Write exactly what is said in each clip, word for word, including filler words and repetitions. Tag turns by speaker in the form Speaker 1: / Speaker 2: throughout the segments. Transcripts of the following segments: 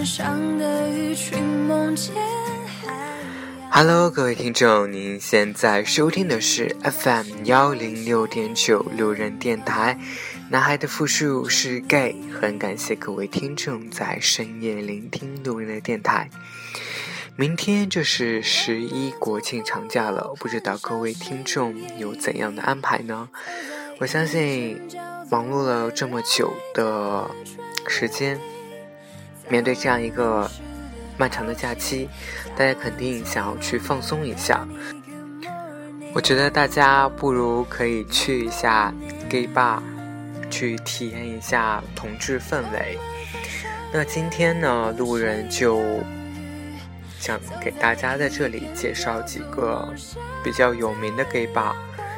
Speaker 1: Hello， 各位听众，您现在收听的是 F M 一零六点九 路人电台，男孩的复数是 gay， 很感谢各位听众在深夜聆听路人的电台。明天就是十一国庆长假了，不知道各位听众有怎样的安排呢？我相信忙碌了这么久的时间，面对这样一个漫长的假期，大家肯定想要去放松一下。我觉得大家不如可以去一下 gay bar， 去体验一下同志氛围。那今天呢，路人就想给大家在这里介绍几个比较有名的 gay bar，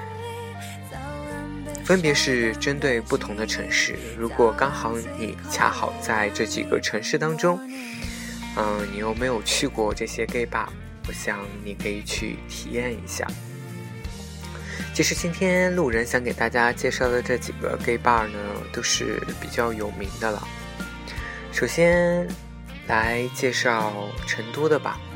Speaker 1: 分别是针对不同的城市。如果刚好你恰好在这几个城市当中，嗯，你又没有去过这些 gay bar， 我想你可以去体验一下。其实今天路人想给大家介绍的这几个 gay bar 呢，都是比较有名的了。首先来介绍成都的吧。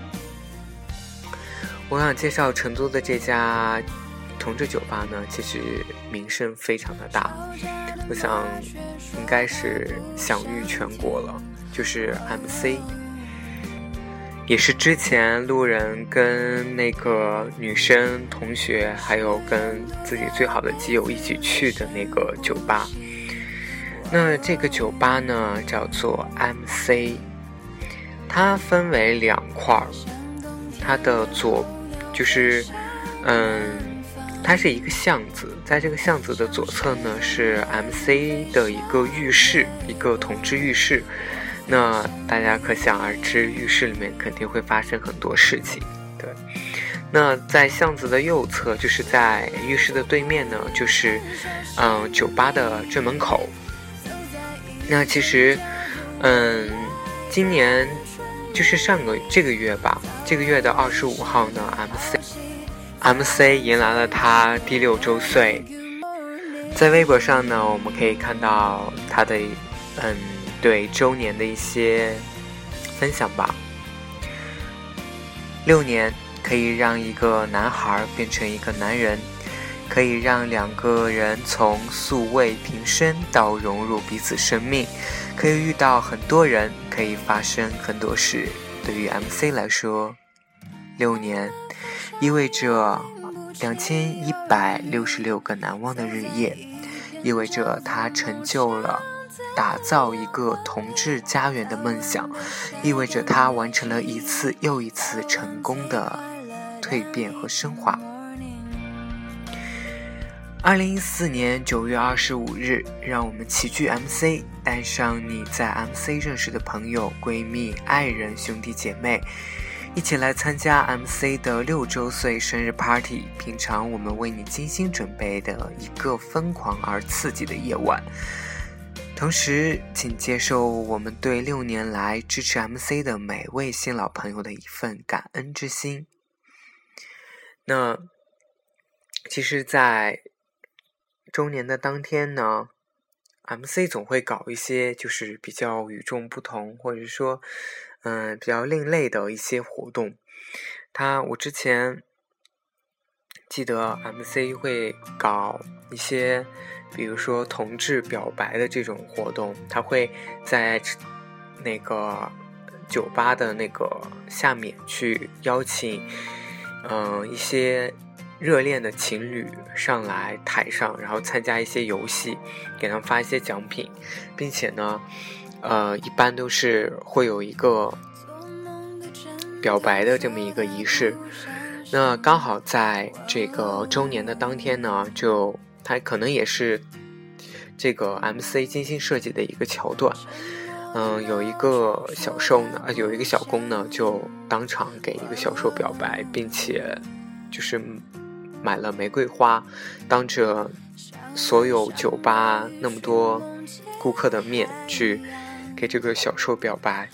Speaker 1: 我想介绍成都的这家同志酒吧呢，其实名声非常的大，我想应该是享誉全国了，就是 M C， 也是之前路人跟那个女生同学还有跟自己最好的基友一起去的那个酒吧。那这个酒吧呢叫做 M C， 它分为两块，它的左就是嗯它是一个巷子，在这个巷子的左侧呢是 M C 的一个浴室，一个同志浴室。那大家可想而知，浴室里面肯定会发生很多事情。对，那在巷子的右侧，就是在浴室的对面呢，就是嗯酒吧的正门口。那其实嗯今年就是上个这个月吧，这个月的二十五号呢 M C M C 迎来了他第六周岁。在微博上呢，我们可以看到他的嗯对周年的一些分享吧。六年可以让一个男孩变成一个男人，可以让两个人从素未平生到融入彼此生命，可以遇到很多人，可以发生很多事。对于 M C 来说，六年意味着两千一百六十六个难忘的日夜，意味着他成就了打造一个同志家园的梦想，意味着他完成了一次又一次成功的蜕变和升华。二零一四年九月二十五日，让我们齐聚 M C， 带上你在 M C 认识的朋友、闺蜜、爱人、兄弟姐妹，一起来参加 M C 的六周岁生日 party， 品尝我们为你精心准备的一个疯狂而刺激的夜晚。同时请接受我们对六年来支持 M C 的每位新老朋友的一份感恩之心。那其实在周年的当天呢， M C 总会搞一些就是比较与众不同，或者说嗯、呃、比较另类的一些活动。他我之前记得 M C 会搞一些比如说同志表白的这种活动，他会在那个酒吧的那个下面去邀请嗯、呃、一些热恋的情侣上来台上，然后参加一些游戏，给他们发一些奖品，并且呢呃一般都是会有一个表白的这么一个仪式。那刚好在这个周年的当天呢，就它可能也是这个 M C 精心设计的一个桥段。嗯，有一个小受呢，呃，有一个小公呢，就当场给一个小受表白，并且就是买了玫瑰花，当着所有酒吧那么多顾客的面去给这个小受表白。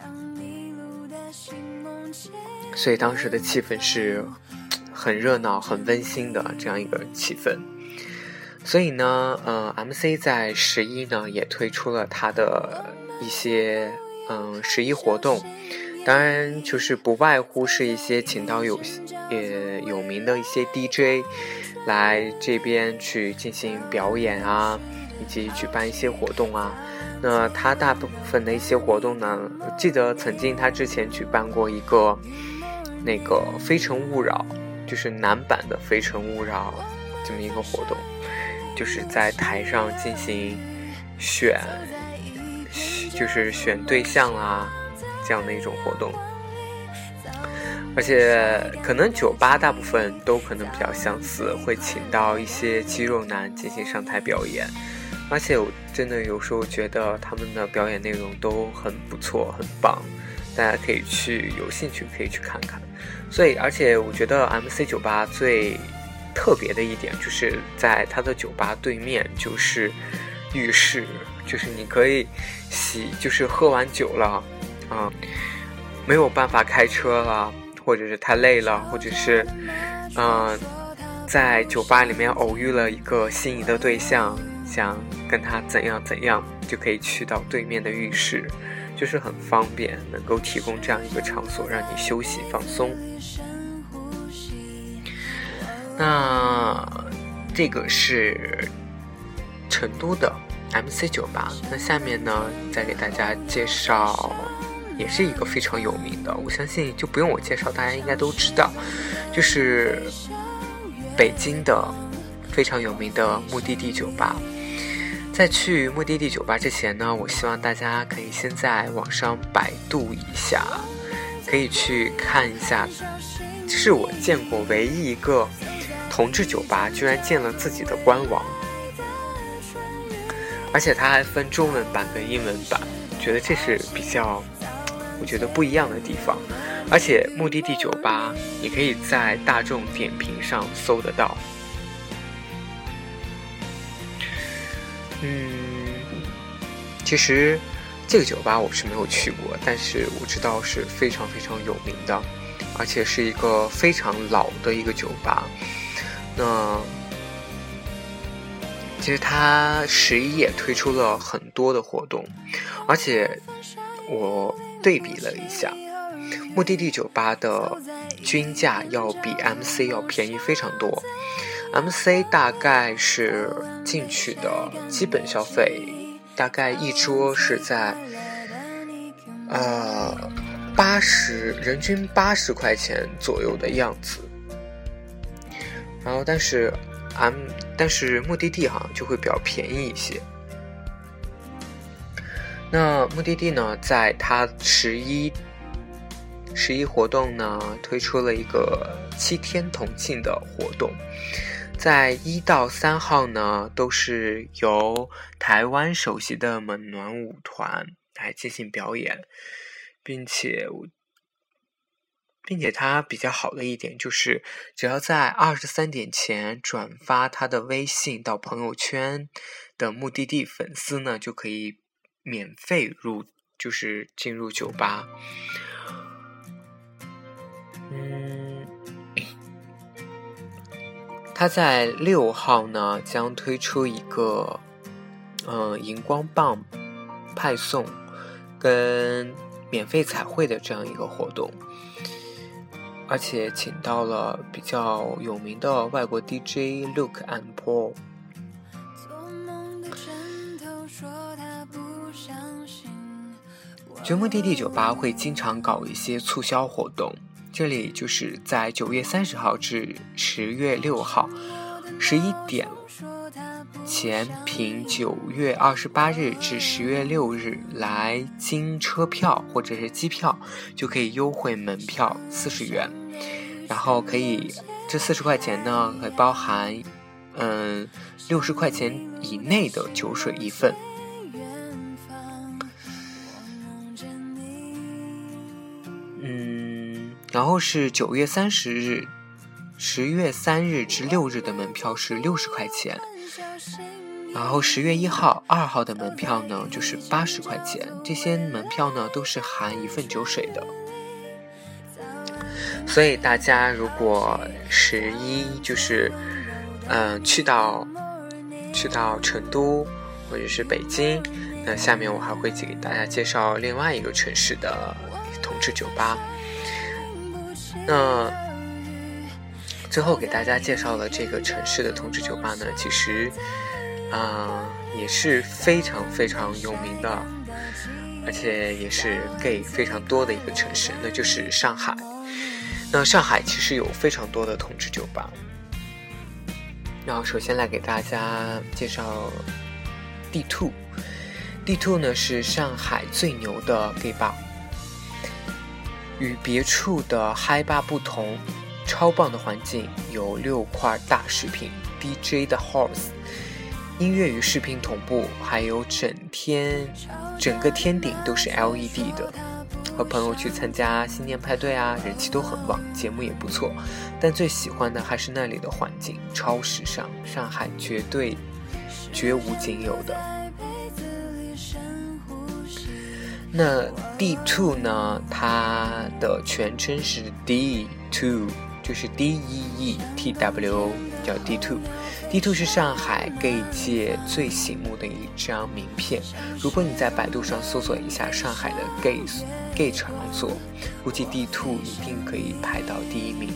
Speaker 1: 所以当时的气氛是很热闹很温馨的这样一个气氛。所以呢呃 M C 在十一呢也推出了它的一些嗯十一活动，当然就是不外乎是一些请到有也有名的一些 D J 来这边去进行表演啊，以及举办一些活动啊。那他大部分的一些活动呢，我记得曾经他之前举办过一个那个非诚勿扰，就是男版的非诚勿扰这么一个活动，就是在台上进行选就是选对象啊这样的一种活动。而且可能酒吧大部分都可能比较相似，会请到一些肌肉男进行上台表演，而且我真的有时候觉得他们的表演内容都很不错很棒，大家可以去有兴趣可以去看看。所以而且我觉得 M C 酒吧最特别的一点就是在它的酒吧对面就是浴室，就是你可以洗，就是喝完酒了啊、嗯，没有办法开车了，或者是太累了，或者是嗯、呃，在酒吧里面偶遇了一个心仪的对象，想跟他怎样怎样，就可以去到对面的浴室，就是很方便，能够提供这样一个场所让你休息放松。那这个是成都的 M C 酒吧，那下面呢再给大家介绍也是一个非常有名的，我相信就不用我介绍，大家应该都知道，就是北京的非常有名的目的地酒吧。在去目的地酒吧之前呢，我希望大家可以先在网上百度一下，可以去看一下，这是我见过唯一一个同志酒吧居然建了自己的官网，而且它还分中文版跟英文版，觉得这是比较我觉得不一样的地方。而且目的地酒吧你可以在大众点评上搜得到。嗯，其实这个酒吧我是没有去过，但是我知道是非常非常有名的，而且是一个非常老的一个酒吧。那其实它十一也推出了很多的活动，而且我对比了一下，目的地酒吧的均价要比 M C 要便宜非常多。M C 大概是进去的基本消费大概一桌是在呃八十人均八十块钱左右的样子，然后但是 M 但是目的地好像就会比较便宜一些。那目的地呢，在它十一十一活动呢推出了一个七天同庆的活动，在一到三号呢都是由台湾首席的猛暖舞团来进行表演，并且并且它比较好的一点就是只要在二十三点前转发他的微信到朋友圈的目的地粉丝呢就可以免费入就是进入酒吧。嗯，他在六号呢将推出一个呃荧光棒派送跟免费彩绘的这样一个活动，而且请到了比较有名的外国 D J Luke and Paul。 觉目的地酒吧会经常搞一些促销活动，这里就是在九月三十号至十月六号十一点前凭九月二十八日至十月六日来经车票或者是机票就可以优惠门票四十元，然后可以这四十块钱呢会包含嗯六十块钱以内的酒水一份。嗯，然后是九月三十日十月三日至六日的门票是六十块钱，然后十月一号二号的门票呢就是八十块钱，这些门票呢都是含一份酒水的。所以大家如果十一就是嗯、呃、去到去到成都或者是北京。那下面我还会给大家介绍另外一个城市的同志酒吧。那最后给大家介绍了这个城市的同志酒吧呢，其实啊、呃、也是非常非常有名的，而且也是 gay 非常多的一个城市，那就是上海。那上海其实有非常多的同志酒吧。然后首先来给大家介绍 D 二 D 二 呢是上海最牛的 gay bar， 与别处的嗨吧不同，超棒的环境，有六块大视频 D J 的 house， 音乐与视频同步，还有整天整个天顶都是 L E D 的。和朋友去参加新年派对啊，人气都很旺，节目也不错，但最喜欢的还是那里的环境，超时尚，上海绝对绝无仅有的。那 D 二 呢，它的全称是 D 二， 就是 D E E T W 叫 D 二。 D 二 是上海 gay 界最醒目的一张名片，如果你在百度上搜索一下上海的 gay gay 场所，估计 D 二 一定可以排到第一名。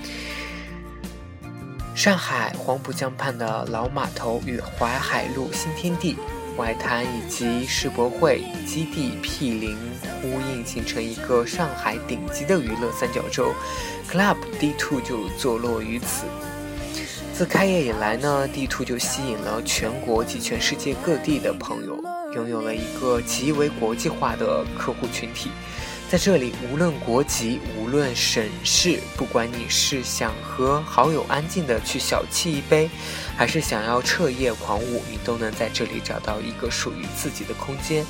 Speaker 1: 上海黄浦江畔的老码头与淮海路新天地、外滩以及世博会基地毗邻呼应，形成一个上海顶级的娱乐三角洲。 Club D 二 就坐落于此。自开业以来呢， D 二 就吸引了全国及全世界各地的朋友，拥有了一个极为国际化的客户群体。在这里，无论国籍，无论省市，不管你是想和好友安静的去小憩一杯，还是想要彻夜狂舞，你都能在这里找到一个属于自己的空间。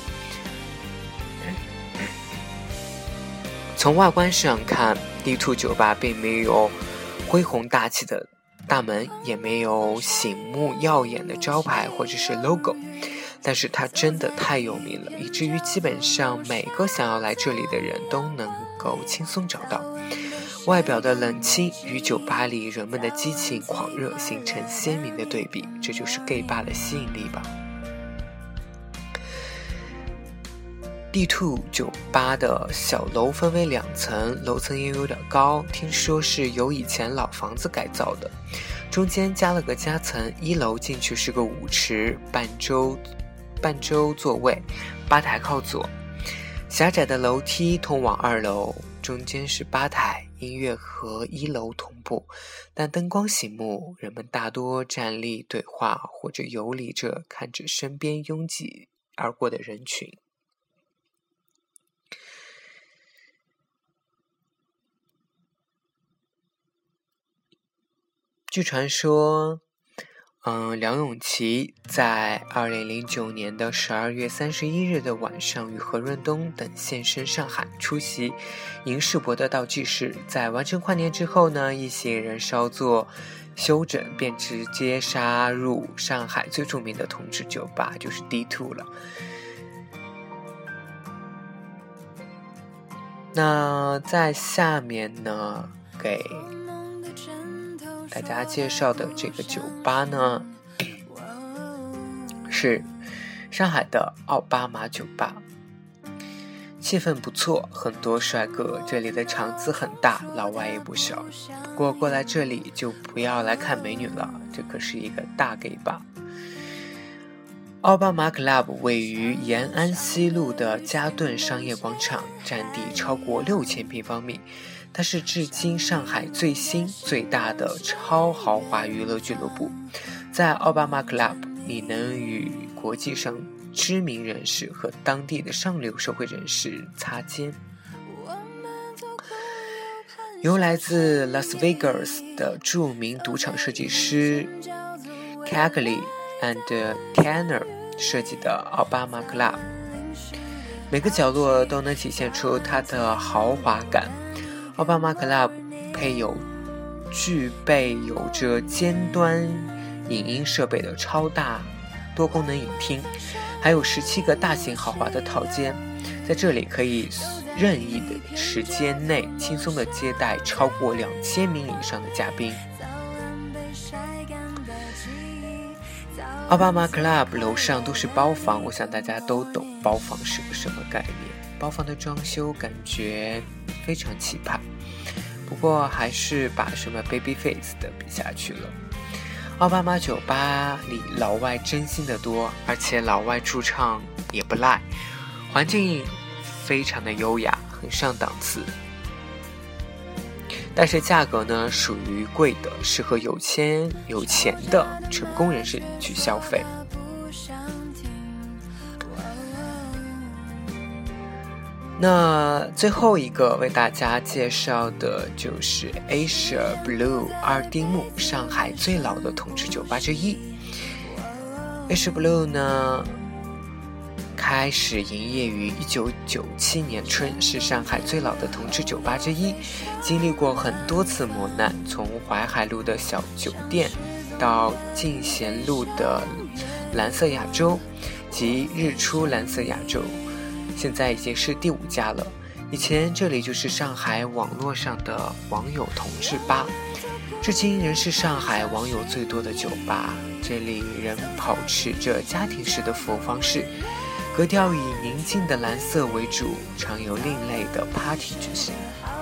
Speaker 1: 从外观上看， D 二 酒吧并没有恢宏大气的大门，也没有醒目耀眼的招牌或者是 logo， 但是它真的太有名了，以至于基本上每个想要来这里的人都能够轻松找到。外表的冷清与酒吧里人们的激情狂热形成鲜明的对比，这就是 gay 吧的吸引力吧。D 二 酒吧的小楼分为两层，楼层也有点高，听说是由以前老房子改造的，中间加了个夹层，一楼进去是个舞池，半周半周座位，吧台靠左，狭窄的楼梯通往二楼，中间是吧台，音乐和一楼同步，但灯光醒目，人们大多站立对话或者游离着看着身边拥挤而过的人群。据传说，嗯，梁咏琪在二零零九年的十二月三十一日的晚上与何润东等现身上海出席迎世博的倒计时，在完成跨年之后呢，一行人稍作休整，便直接杀入上海最著名的同志酒吧，就是 D 二 了。那在下面呢，给大家介绍的这个酒吧呢，是上海的奥巴马酒吧，气氛不错，很多帅哥，这里的场子很大，老外也不少。不过过来这里就不要来看美女了，这可是一个大 gay 吧。奥巴马 Club 位于延安西路的嘉顿商业广场，占地超过六千平方米。它是至今上海最新最大的超豪华娱乐俱乐部。在奥巴马 Club， 你能与国际上知名人士和当地的上流社会人士擦肩。由来自拉斯维加斯的著名赌场设计师 Cagley and Tanner 设计的奥巴马 Club， 每个角落都能体现出它的豪华感。奥巴马 Club 配有具备有着尖端影音设备的超大多功能影厅，还有十七个大型豪华的套间，在这里可以任意的时间内轻松地接待超过两千名以上的嘉宾。 奥巴马 Club 楼上都是包房，我想大家都懂包房是个什么概念。包房的装修感觉非常气派，不过还是把什么 Babyface 的比下去了。奥巴马酒吧里老外真心的多，而且老外驻唱也不赖，环境非常的优雅，很上档次。但是价格呢属于贵的，适合有钱有钱的成功人士去消费。那最后一个为大家介绍的就是 Asia Blue 二丁目，上海最老的同志酒吧之一。Asia Blue 呢开始营业于一九九七年春，是上海最老的同志酒吧之一，经历过很多次磨难，从淮海路的小酒店到进贤路的蓝色亚洲及日出蓝色亚洲，现在已经是第五家了。以前这里就是上海网络上的网友同志吧，至今仍是上海网友最多的酒吧。这里仍保持着家庭式的服务方式，格调以宁静的蓝色为主，常有另类的 party 举行。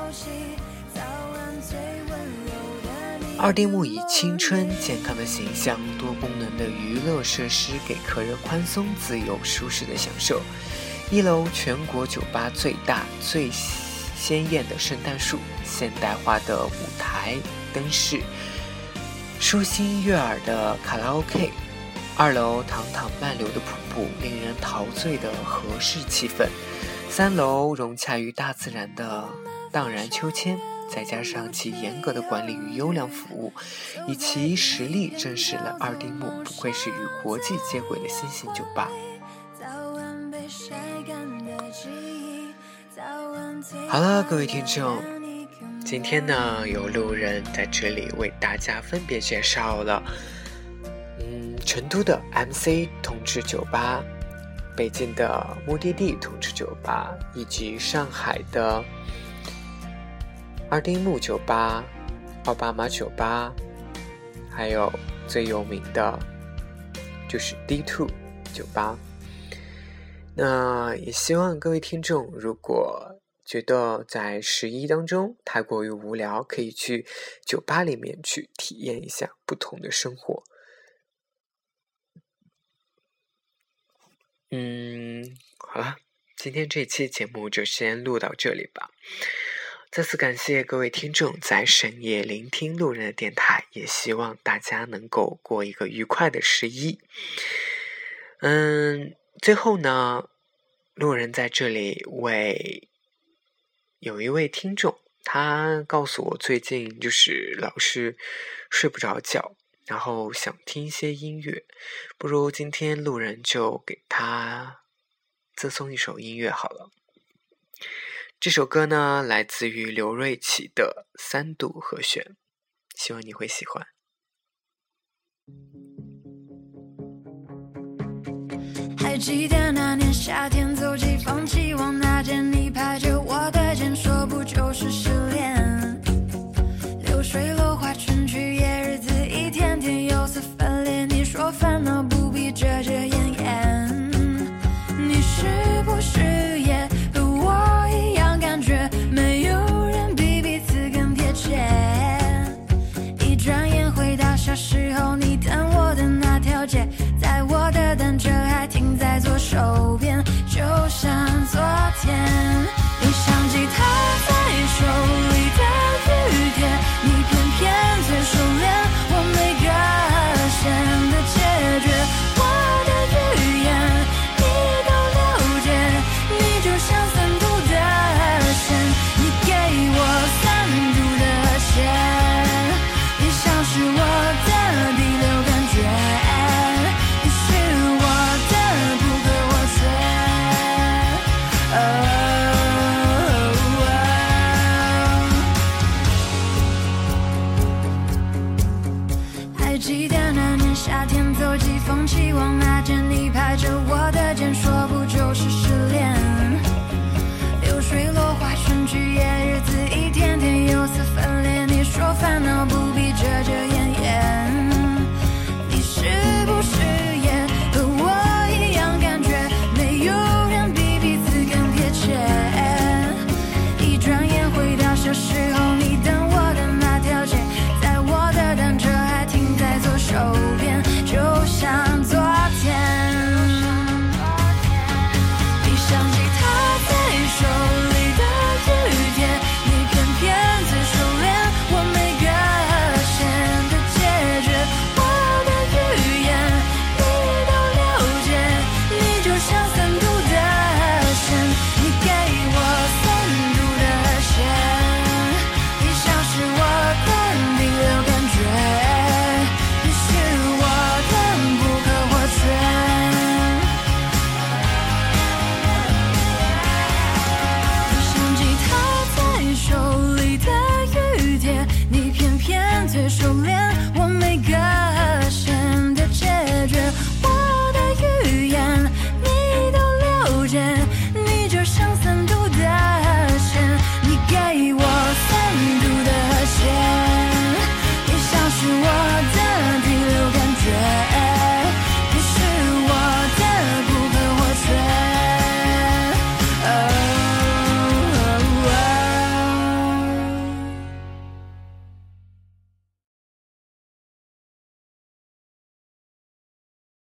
Speaker 1: 二丁目以青春健康的形象、多功能的娱乐设施给客人宽松自由舒适的享受。一楼全国酒吧最大最鲜艳的圣诞树，现代化的舞台灯饰，舒心悦耳的卡拉 OK。二楼堂堂漫流的瀑布，令人陶醉的和适气氛。三楼融洽于大自然的荡然秋千，再加上其严格的管理与优良服务，以其实力证实了二丁目不愧是与国际接轨的新型酒吧。好了，各位听众，今天呢有路人在这里为大家分别介绍了嗯，成都的 M C 同志酒吧，北京的目的地同志酒吧，以及上海的二丁目酒吧、奥巴马酒吧，还有最有名的就是 D 二 酒吧。那也希望各位听众，如果觉得在十一当中太过于无聊，可以去酒吧里面去体验一下不同的生活。嗯，好了，今天这期节目就先录到这里吧。再次感谢各位听众在深夜聆听路人的电台，也希望大家能够过一个愉快的十一。嗯，最后呢，路人在这里为有一位听众，他告诉我最近就是老是睡不着觉，然后想听一些音乐，不如今天路人就给他赠送一首音乐好了。这首歌呢来自于刘瑞琦的三度和弦，希望你会喜欢。
Speaker 2: 还记得那年夏天，走进放弃往那间，你拍着我的肩，说不就是失恋。